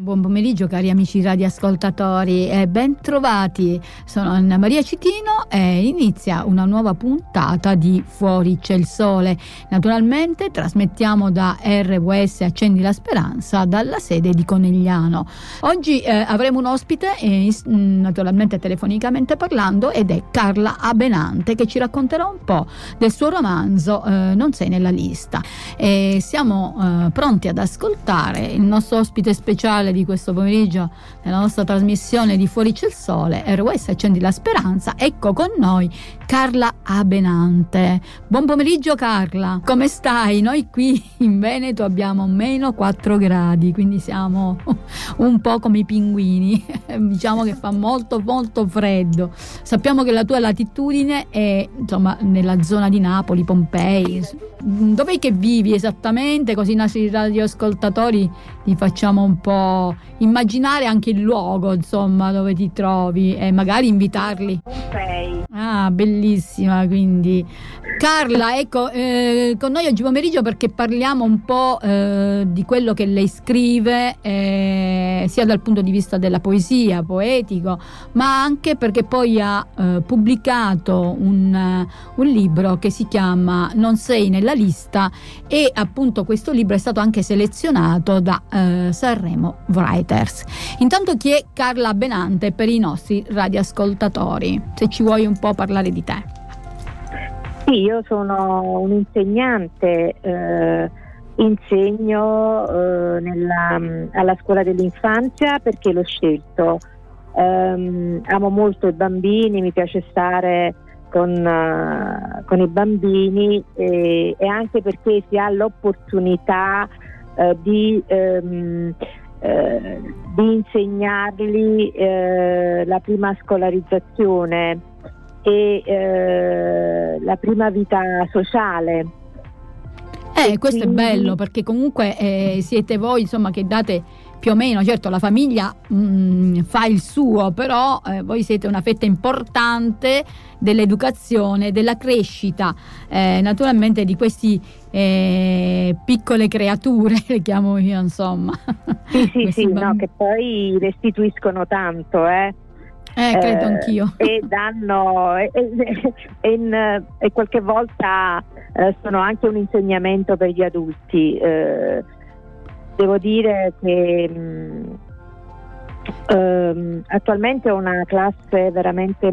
Buon pomeriggio cari amici radioascoltatori e ben trovati. Sono Anna Maria Citino e inizia una nuova puntata di Fuori c'è il sole. Naturalmente trasmettiamo da RWS Accendi la Speranza dalla sede di Conegliano. Oggi avremo un ospite, naturalmente telefonicamente parlando, ed è Carla Abenante, che ci racconterà un po' del suo romanzo Non sei nella lista. E siamo pronti ad ascoltare il nostro ospite speciale di questo pomeriggio nella nostra trasmissione di Fuori c'è il sole, RWS Accendi la Speranza. Ecco con noi Carla Abenante. Buon pomeriggio Carla, come stai? Noi qui in Veneto abbiamo meno 4 gradi, quindi siamo un po' come i pinguini. Diciamo che fa molto molto freddo. Sappiamo che la tua latitudine è insomma nella zona di Napoli, Pompei. Dov'è che vivi esattamente? Così i nostri radioascoltatori li facciamo un po' immaginare anche il luogo, insomma, dove ti trovi e magari invitarli. Pompei. Ah, bellissima, quindi. Carla, ecco, con noi oggi pomeriggio perché parliamo un po' di quello che lei scrive, sia dal punto di vista della poesia, poetico, ma anche perché poi ha pubblicato un libro che si chiama Non sei nella lista, e appunto questo libro è stato anche selezionato da Sanremo Writers. Intanto chi è Carla Abenante per i nostri radioascoltatori, se ci vuoi un po' parlare di te. Sì, io sono un insegnante, insegno alla scuola dell'infanzia perché l'ho scelto. Amo molto i bambini, mi piace stare con i bambini e anche perché si ha l'opportunità di insegnargli la prima scolarizzazione e la prima vita sociale. Questo è bello perché comunque siete voi insomma che date più o meno, certo la famiglia fa il suo, però voi siete una fetta importante dell'educazione, della crescita naturalmente di questi piccole creature, le chiamo io insomma. Sì, no, che poi restituiscono tanto, credo anch'io. E danno e qualche volta sono anche un insegnamento per gli adulti. Devo dire che attualmente ho una classe veramente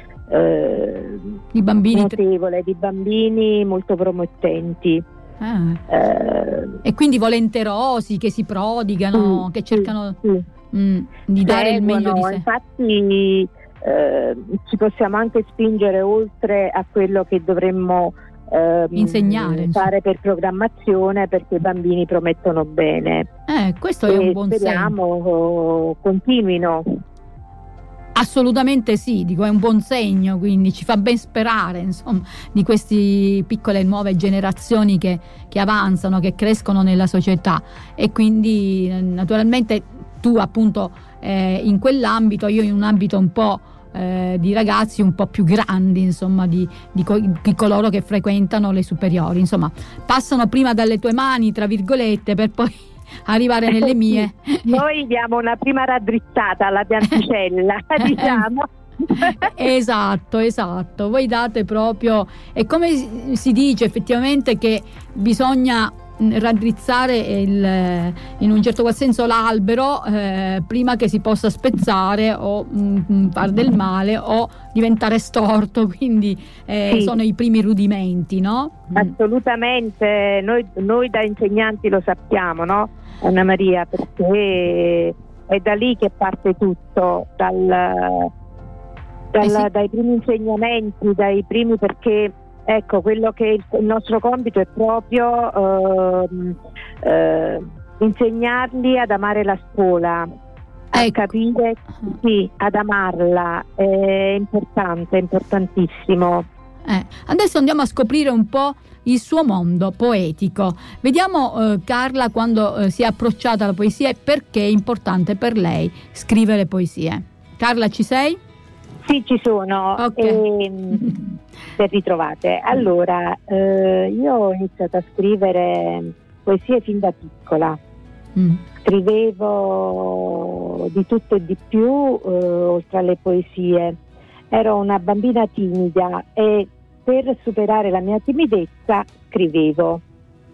di bambini notevole, di bambini molto promettenti. E quindi volenterosi, che si prodigano, che cercano di dare il meglio di sé. Infatti ci possiamo anche spingere oltre a quello che dovremmo insegnare, fare per programmazione, perché i bambini promettono bene. Questo è un buon segno. Continuino. Assolutamente sì, dico, è un buon segno, quindi ci fa ben sperare insomma di queste piccole nuove generazioni che avanzano, che crescono nella società. E quindi naturalmente tu appunto in quell'ambito, io in un ambito un po' di ragazzi un po' più grandi, insomma di coloro che frequentano le superiori, insomma passano prima dalle tue mani tra virgolette per poi arrivare nelle mie. Noi diamo una prima raddrizzata alla pianticella diciamo. Esatto, voi date proprio, è come si dice effettivamente che bisogna raddrizzare in un certo qual senso l'albero prima che si possa spezzare o far del male o diventare storto, quindi sì. Sono i primi rudimenti, no? Assolutamente, noi da insegnanti lo sappiamo, no Anna Maria, perché è da lì che parte tutto, dai primi insegnamenti, dai primi, perché ecco, quello che il nostro compito è proprio insegnarli ad amare la scuola, a capire, sì, ad amarla, è importante, è importantissimo. Adesso andiamo a scoprire un po' il suo mondo poetico. Vediamo Carla quando si è approcciata alla poesia e perché è importante per lei scrivere poesie. Carla, ci sei? Sì, ci sono. Okay. Ben ritrovate. Allora, io ho iniziato a scrivere poesie fin da piccola. scrivevo di tutto e di più, oltre alle poesie. Ero una bambina timida e per superare la mia timidezza scrivevo.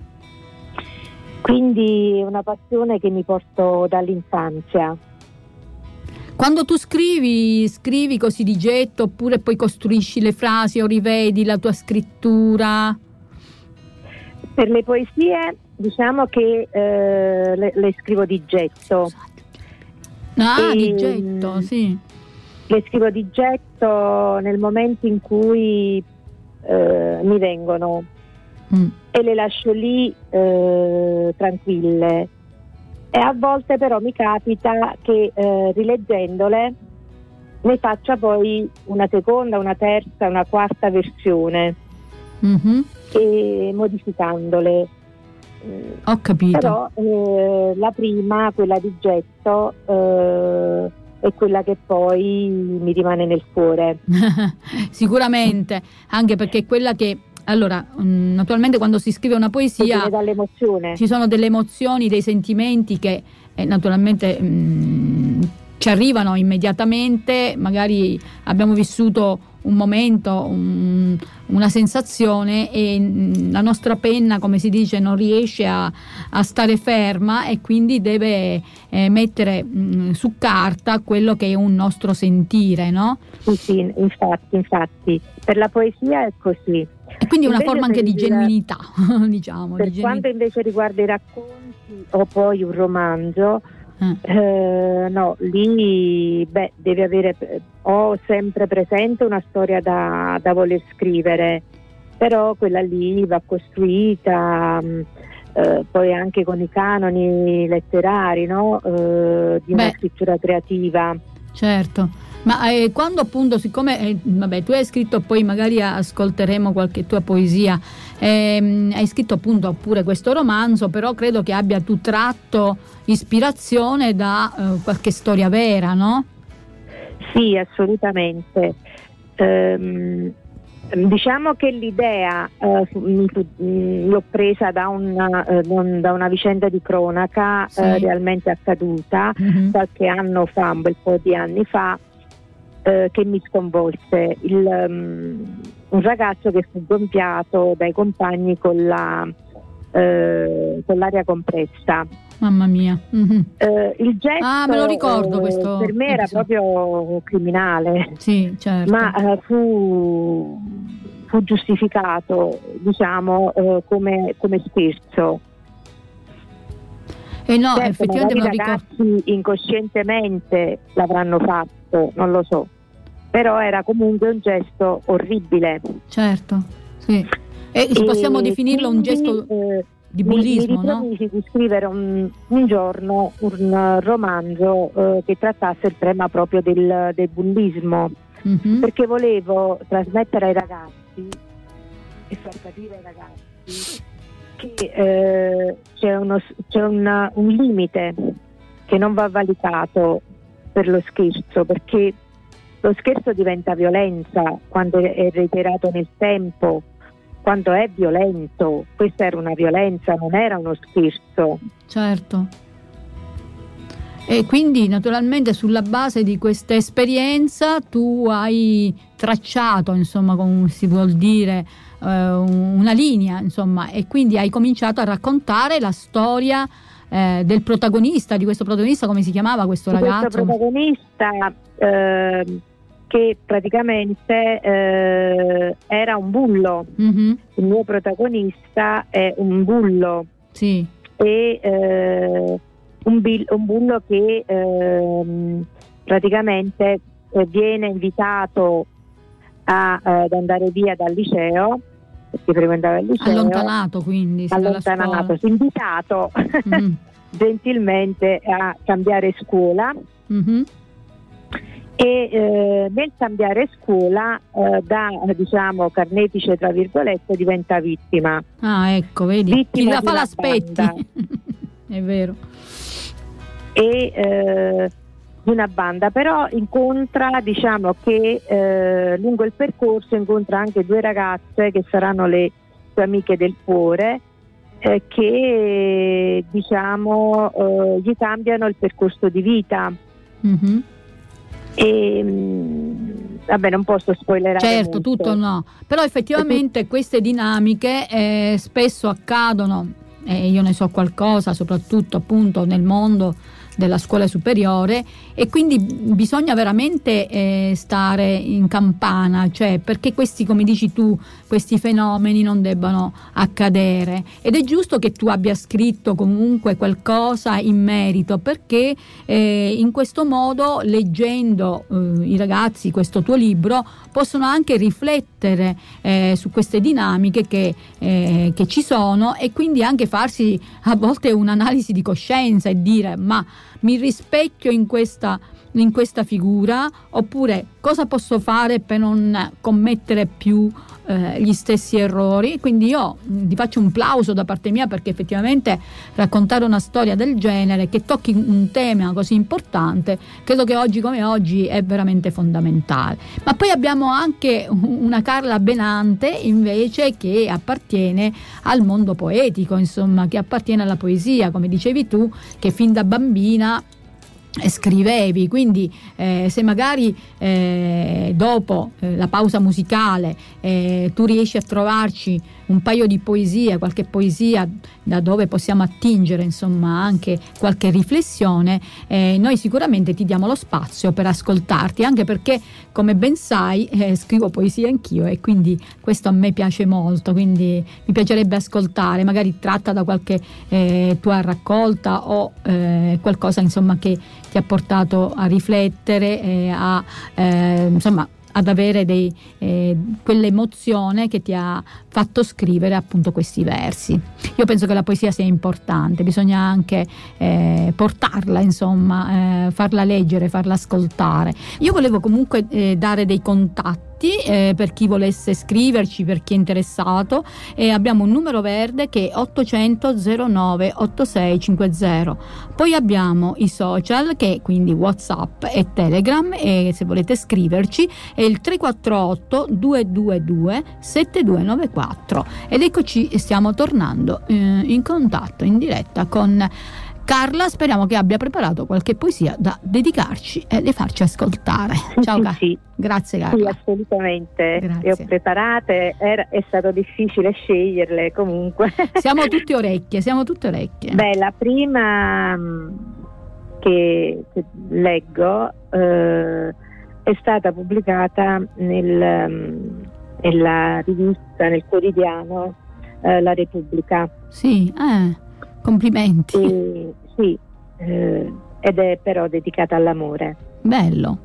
Quindi è una passione che mi porto dall'infanzia. Quando tu scrivi così di getto, oppure poi costruisci le frasi o rivedi la tua scrittura? Per le poesie diciamo che le scrivo di getto. Di getto, sì. Le scrivo di getto nel momento in cui mi vengono e le lascio lì tranquille. E a volte però mi capita che rileggendole ne faccia poi una seconda, una terza, una quarta versione, e modificandole. Ho capito. Però la prima, quella di getto, è quella che poi mi rimane nel cuore. Sicuramente, anche perché è quella che, allora, naturalmente quando si scrive una poesia ci sono delle emozioni, dei sentimenti che naturalmente ci arrivano immediatamente. Magari abbiamo vissuto un momento, una sensazione, e la nostra penna, come si dice, non riesce a stare ferma, e quindi deve mettere su carta quello che è un nostro sentire, no? Sì, infatti per la poesia è così. E quindi è una forma anche di genuinità, diciamo. Per quanto invece riguarda i racconti o poi un romanzo, no, lì devi avere, ho sempre presente una storia da voler scrivere, però quella lì va costruita poi anche con i canoni letterari, no? Di una scrittura creativa. Certo. Ma quando appunto, siccome tu hai scritto, poi magari ascolteremo qualche tua poesia, hai scritto appunto pure questo romanzo, però credo che abbia tu tratto ispirazione da qualche storia vera, no? Sì, assolutamente. Diciamo che l'idea l'ho presa da una vicenda di cronaca, sì, realmente accaduta qualche anno fa, un bel po' di anni fa, che mi sconvolse. Un ragazzo che fu gonfiato dai compagni con l'aria compressa. Mamma mia. Il gesto, me lo ricordo questo per me era proprio criminale. Sì, certo. Ma fu giustificato, diciamo, come scherzo. No, certo, effettivamente i ragazzi incoscientemente l'avranno fatto, non lo so, però era comunque un gesto orribile. Certo, sì. E possiamo definirlo un gesto di bullismo, no? Mi ripresi di scrivere un giorno un romanzo che trattasse il tema proprio del bullismo, perché volevo trasmettere ai ragazzi e far capire ai ragazzi che c'è un limite che non va valicato per lo scherzo, perché lo scherzo diventa violenza quando è reiterato nel tempo, quando è violento. Questa era una violenza, non era uno scherzo. Certo. E quindi naturalmente sulla base di questa esperienza tu hai tracciato, insomma, come si vuol dire, una linea, insomma, e quindi hai cominciato a raccontare la storia del protagonista, di questo protagonista. Come si chiamava questo ragazzo? Questo protagonista che praticamente era un bullo. Il mio protagonista è un bullo. Sì. E un bullo che praticamente viene invitato ad andare via dal liceo, perché frequentava il liceo. Allontanato, quindi. Allontanato, invitato gentilmente a cambiare scuola. E nel cambiare scuola da, diciamo, carnefice tra virgolette diventa vittima. Ah, ecco, vedi, chi la fa l'aspetti. È vero. E di una banda, però incontra, diciamo che lungo il percorso incontra anche due ragazze che saranno le sue amiche del cuore, che diciamo gli cambiano il percorso di vita. Mm-hmm. E vabbè, non posso spoilerare certo molto. tutto no, però effettivamente queste dinamiche spesso accadono, io ne so qualcosa, soprattutto appunto nel mondo della scuola superiore, e quindi bisogna veramente stare in campana, cioè perché questi, come dici tu, questi fenomeni non debbano accadere, ed è giusto che tu abbia scritto comunque qualcosa in merito, perché in questo modo, leggendo i ragazzi questo tuo libro, possono anche riflettere su queste dinamiche che ci sono, e quindi anche farsi a volte un'analisi di coscienza e dire: ma mi rispecchio in questa figura, oppure cosa posso fare per non commettere più gli stessi errori? Quindi io ti faccio un plauso da parte mia, perché effettivamente raccontare una storia del genere che tocchi un tema così importante, credo che oggi come oggi è veramente fondamentale. Ma poi abbiamo anche una Carla Benante invece, che appartiene al mondo poetico, insomma, che appartiene alla poesia, come dicevi tu, che fin da bambina scrivevi. Quindi se magari dopo la pausa musicale tu riesci a trovarci un paio di poesie, qualche poesia da dove possiamo attingere insomma anche qualche riflessione, noi sicuramente ti diamo lo spazio per ascoltarti, anche perché, come ben sai, scrivo poesia anch'io, e quindi questo a me piace molto, quindi mi piacerebbe ascoltare, magari tratta da qualche tua raccolta o qualcosa insomma che ti ha portato a riflettere, insomma ad avere quell'emozione che ti ha fatto scrivere appunto questi versi. Io penso che la poesia sia importante, bisogna anche portarla, insomma, farla leggere, farla ascoltare. Io volevo comunque dare dei contatti per chi volesse scriverci, per chi è interessato, e abbiamo un numero verde che è 800 09 8650. Poi abbiamo i social, che è quindi WhatsApp e Telegram, e se volete scriverci è il 348 222 7294. Ed eccoci, stiamo tornando in contatto in diretta con Carla. Speriamo che abbia preparato qualche poesia da dedicarci e le farci ascoltare. Ciao Carla. Sì. Grazie Carla. Sì, assolutamente. Grazie. Le ho preparate, è stato difficile sceglierle comunque. Siamo tutte orecchie. Beh, la prima che leggo è stata pubblicata nella rivista, nel quotidiano La Repubblica. Sì, complimenti. Sì, ed è però dedicata all'amore. Bello.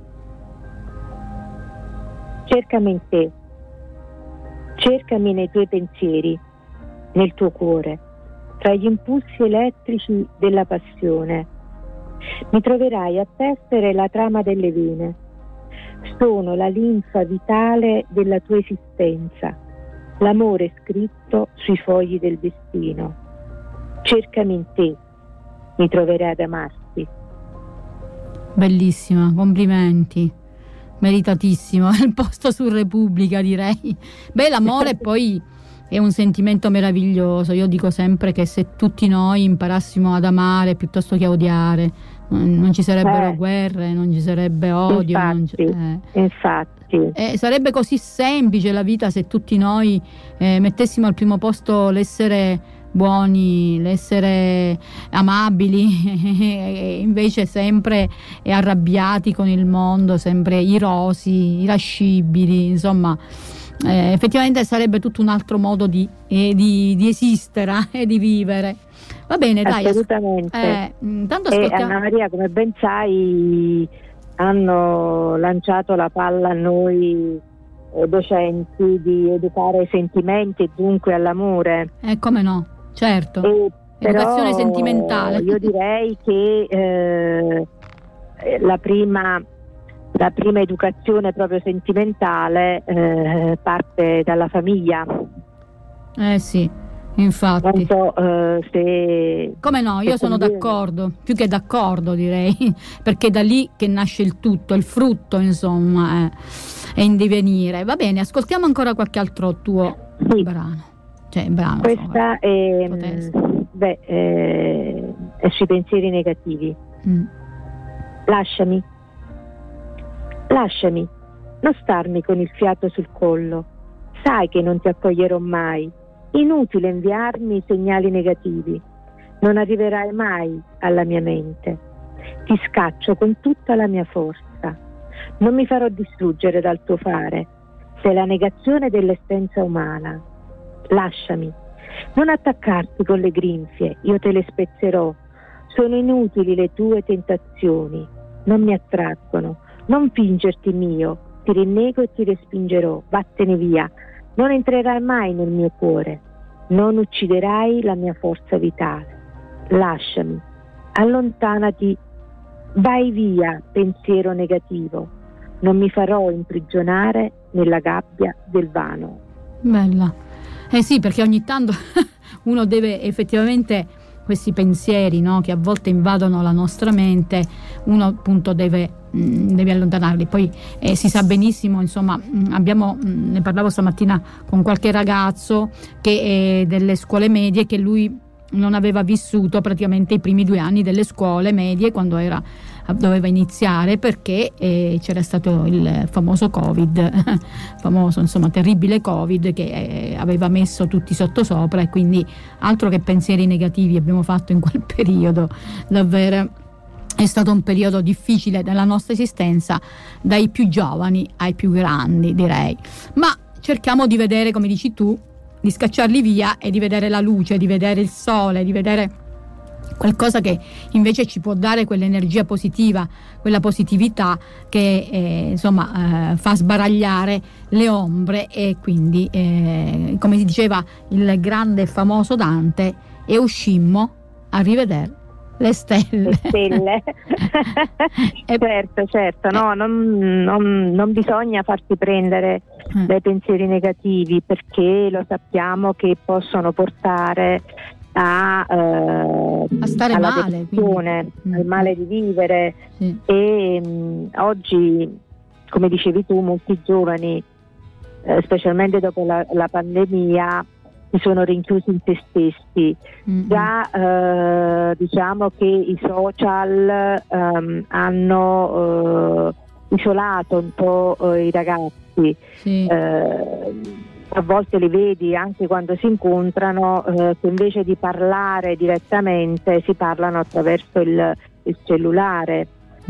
Cercami in te, cercami nei tuoi pensieri, nel tuo cuore, tra gli impulsi elettrici della passione. Mi troverai a tessere la trama delle vene. Sono la linfa vitale della tua esistenza, l'amore scritto sui fogli del destino. Cercami in te, mi troverai ad amarti. Bellissima, complimenti. Meritatissimo, il posto su Repubblica, direi. Beh, l'amore poi è un sentimento meraviglioso. Io dico sempre che se tutti noi imparassimo ad amare piuttosto che a odiare, non ci sarebbero guerre, non ci sarebbe odio. Infatti. Sarebbe così semplice la vita se tutti noi mettessimo al primo posto l'essere buoni, l'essere amabili, e invece sempre arrabbiati con il mondo, sempre irosi, irascibili, insomma. Effettivamente sarebbe tutto un altro modo di esistere e di vivere. Va bene, dai. Assolutamente. Intanto Anna Maria, come ben sai, hanno lanciato la palla a noi docenti di educare ai sentimenti e dunque all'amore. Come no, certo. Educazione sentimentale. Io direi che la prima educazione proprio sentimentale parte dalla famiglia. Sì, infatti. Non so se... Come no, io sono d'accordo, più che d'accordo direi, perché è da lì che nasce il tutto, il frutto, insomma, è in divenire. Va bene, ascoltiamo ancora qualche altro tuo brano. Cioè, brano, questa è sui pensieri negativi. Lasciami, non starmi con il fiato sul collo, sai che non ti accoglierò mai, inutile inviarmi segnali negativi, non arriverai mai alla mia mente, ti scaccio con tutta la mia forza, non mi farò distruggere dal tuo fare, sei la negazione dell'essenza umana, lasciami, non attaccarti con le grinfie, io te le spezzerò, sono inutili le tue tentazioni, non mi attraggono, non fingerti mio, ti rinnego e ti respingerò, vattene via, non entrerai mai nel mio cuore, non ucciderai la mia forza vitale, lasciami, allontanati, vai via, pensiero negativo, non mi farò imprigionare nella gabbia del vano. Bella. Sì, perché ogni tanto uno deve effettivamente, questi pensieri, no, che a volte invadono la nostra mente, uno appunto deve allontanarli. Poi si sa benissimo, insomma, ne parlavo stamattina con qualche ragazzo che è delle scuole medie, che lui non aveva vissuto praticamente i primi 2 anni delle scuole medie quando doveva iniziare, perché c'era stato il famoso Covid, famoso, insomma, terribile Covid, che aveva messo tutti sottosopra, e quindi altro che pensieri negativi abbiamo fatto in quel periodo. Davvero è stato un periodo difficile della nostra esistenza, dai più giovani ai più grandi, direi. Ma cerchiamo di vedere, come dici tu, di scacciarli via e di vedere la luce, di vedere il sole, di vedere qualcosa che invece ci può dare quell'energia positiva, quella positività che insomma fa sbaragliare le ombre, e quindi come si diceva il grande e famoso Dante, e uscimmo a rivedere le stelle. Certo, no, non bisogna farsi prendere dai pensieri negativi, perché lo sappiamo che possono portare a stare alla male, al male di vivere. Sì. E oggi, come dicevi tu, molti giovani, specialmente dopo la pandemia, si sono rinchiusi in se stessi. Già diciamo che i social hanno isolato un po' i ragazzi. Sì. A volte li vedi anche quando si incontrano, che invece di parlare direttamente si parlano attraverso il cellulare.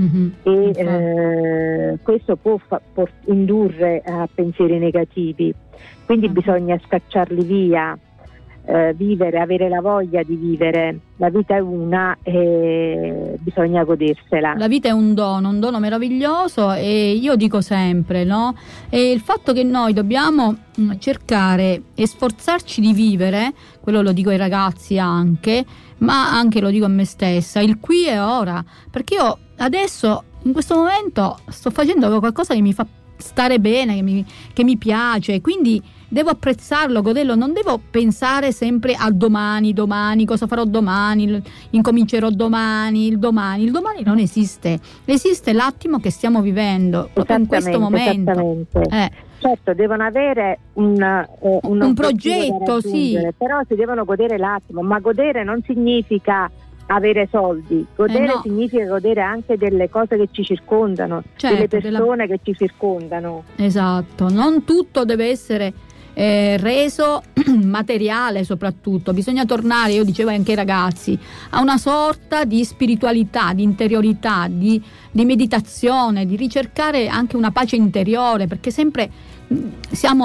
E questo può indurre a pensieri negativi, quindi bisogna scacciarli via, vivere, avere la voglia di vivere. La vita è una e bisogna godersela. La vita è un dono meraviglioso, e io dico sempre, no? E il fatto che noi dobbiamo cercare e sforzarci di vivere, quello lo dico ai ragazzi anche, ma anche lo dico a me stessa, il qui e ora, perché io adesso in questo momento sto facendo qualcosa che mi fa stare bene, che mi piace, quindi devo apprezzarlo, goderlo, non devo pensare sempre a domani, cosa farò domani, incomincerò domani, il domani non esiste l'attimo che stiamo vivendo proprio in questo momento. Certo, devono avere un progetto, sì, però si devono godere l'attimo, ma godere non significa avere soldi, godere significa godere anche delle cose che ci circondano, delle persone che ci circondano. Esatto, non tutto deve essere reso materiale, soprattutto bisogna tornare, io dicevo anche ai ragazzi, a una sorta di spiritualità, di interiorità, di meditazione, di ricercare anche una pace interiore, perché sempre siamo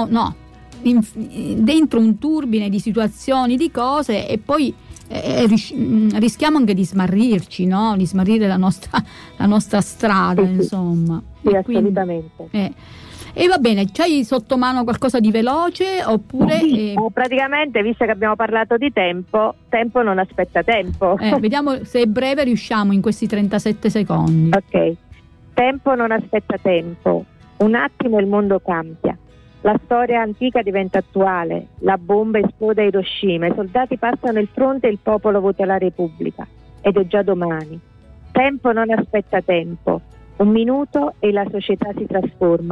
dentro un turbine di situazioni, di cose, e poi rischiamo anche di smarrirci, no? Di smarrire la nostra strada, sì, insomma. Sì, assolutamente. E va bene, c'hai sotto mano qualcosa di veloce oppure? Sì, praticamente, visto che abbiamo parlato di tempo non aspetta tempo. Vediamo se è breve, riusciamo in questi 37 secondi. Ok, tempo non aspetta tempo, un attimo il mondo cambia. La storia antica diventa attuale, la bomba esplode a Hiroshima, i soldati passano il fronte e il popolo vota la Repubblica. Ed è già domani. Tempo non aspetta tempo. Un minuto e la società si trasforma.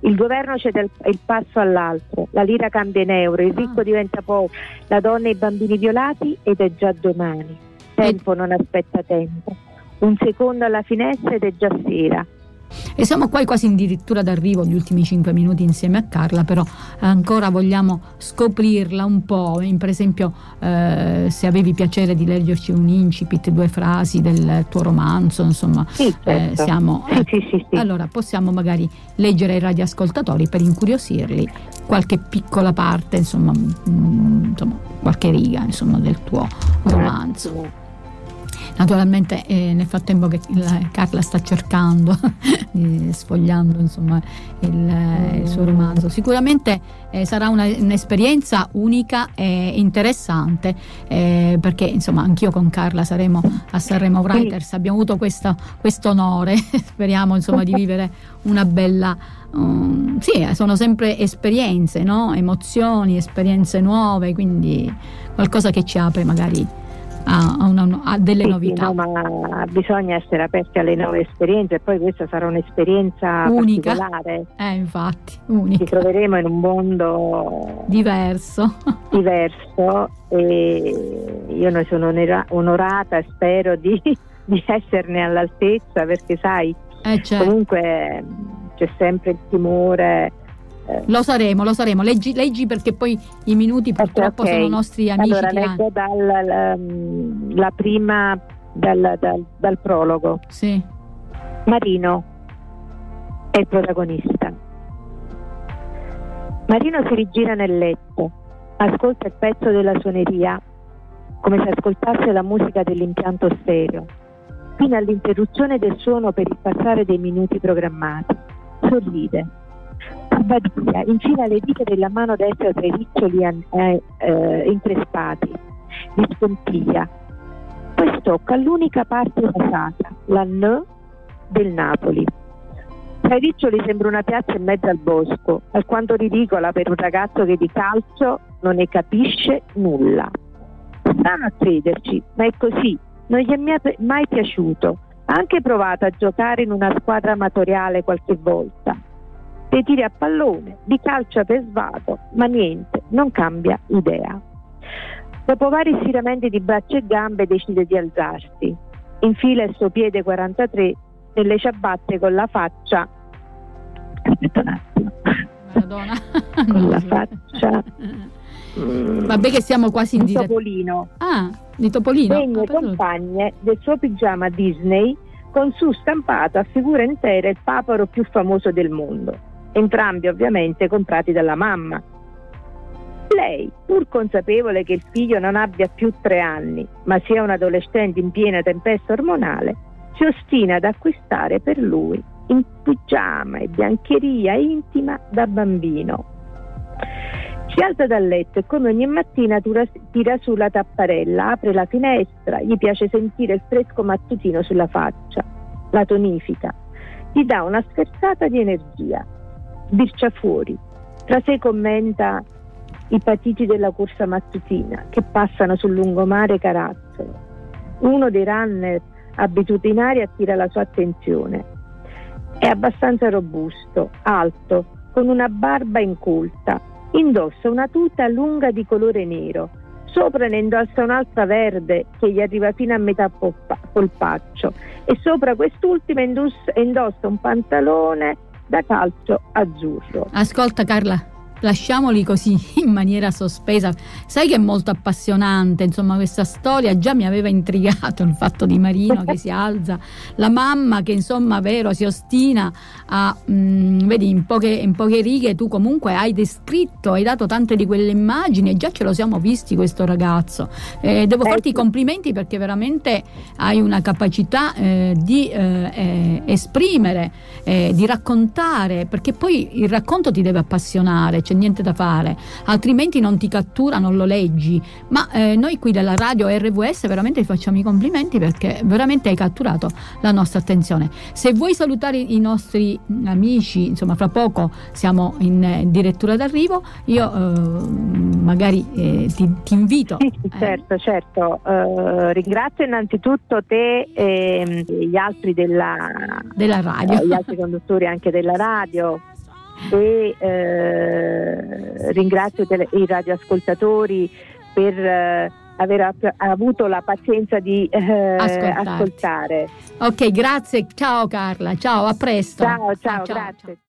il governo cede il passo all'altro, la lira cambia in euro, il ricco diventa povero, la donna e i bambini violati, ed è già domani. Tempo non aspetta tempo, un secondo alla finestra ed è già sera. E siamo qua quasi addirittura d'arrivo, gli ultimi 5 minuti insieme a Carla, però ancora vogliamo scoprirla un po'. Per esempio, se avevi piacere di leggerci un incipit, 2 frasi del tuo romanzo, insomma, sì, certo. Siamo sì. Allora possiamo magari leggere ai radioascoltatori, per incuriosirli, qualche piccola parte, insomma qualche riga, insomma, del tuo romanzo. Naturalmente nel frattempo che Carla sta cercando, sfogliando, insomma, il suo romanzo, sicuramente sarà un'esperienza unica e interessante, perché insomma anch'io con Carla saremo a Sanremo Writers, abbiamo avuto questo onore, speriamo insomma di vivere una bella sono sempre esperienze, no? Emozioni, esperienze nuove, quindi qualcosa che ci apre magari a delle novità. No, ma bisogna essere aperti alle nuove esperienze, e poi questa sarà un'esperienza unica, particolare. Infatti, unica. Ci troveremo in un mondo diverso, e io ne sono onorata e spero di esserne all'altezza, perché sai, certo. Comunque c'è sempre il timore. Lo saremo. Leggi perché poi i minuti purtroppo okay. Sono nostri amici. Allora leggo la prima dal prologo. Sì. Marino è il protagonista. Marino si rigira nel letto, ascolta il pezzo della suoneria come se ascoltasse la musica dell'impianto stereo, fino all'interruzione del suono per il passare dei minuti programmati. Sorride. Badia infila le dita della mano destra tra i riccioli increspati, li spompiglia, poi stocca l'unica parte rasata, la N del Napoli. Tra i riccioli sembra una piazza in mezzo al bosco, alquanto ridicola per un ragazzo che di calcio non ne capisce nulla. Strano a crederci, ma è così, non gli è mai piaciuto. Ha anche provato a giocare in una squadra amatoriale qualche volta. Dei tiri a pallone, di calcio per svago, ma niente, non cambia idea. Dopo vari stiramenti di braccia e gambe decide di alzarsi. Infila il suo piede 43 nelle ciabatte con la faccia. Aspetta un attimo. Madonna. Con la faccia. Vabbè che siamo quasi in diretta. Topolino. Di Topolino. Degne compagne del suo pigiama Disney, con su stampato a figura intera il papero più famoso del mondo. Entrambi ovviamente comprati dalla mamma. Lei, pur consapevole che il figlio non abbia più 3 anni, ma sia un adolescente in piena tempesta ormonale, si ostina ad acquistare per lui in pigiama e biancheria intima da bambino. Si alza dal letto e come ogni mattina tira su la tapparella, apre la finestra, gli piace sentire il fresco mattutino sulla faccia, la tonifica, gli dà una sferzata di energia. Sbircia fuori, tra sé commenta i patiti della corsa mattutina che passano sul lungomare Carazzolo. Uno dei runner abitudinari attira la sua attenzione. È abbastanza robusto, alto, con una barba incolta, indossa una tuta lunga di colore nero, sopra ne indossa un'altra verde che gli arriva fino a metà polpaccio e sopra quest'ultima indossa un pantalone da calcio azzurro. Ascolta Carla, lasciamoli così in maniera sospesa. Sai che è molto appassionante, insomma, questa storia già mi aveva intrigato, il fatto di Marino che si alza, la mamma che insomma si ostina a vedi in poche righe tu comunque hai descritto, hai dato tante di quelle immagini e già ce lo siamo visti questo ragazzo. Devo farti i complimenti perché veramente hai una capacità di esprimere, di raccontare, perché poi il racconto ti deve appassionare, c'è niente da fare, altrimenti non ti cattura, non lo leggi. Ma noi qui della radio RVS veramente ti facciamo i complimenti perché veramente hai catturato la nostra attenzione. Se vuoi salutare i nostri amici, insomma fra poco siamo in direttura d'arrivo, io magari ti invito. Sì, certo. Ringrazio innanzitutto te e gli altri della radio, gli altri conduttori anche della radio. e ringrazio i radioascoltatori per aver avuto la pazienza di ascoltare. Ok, grazie, ciao Carla, ciao, a presto. Ciao, grazie.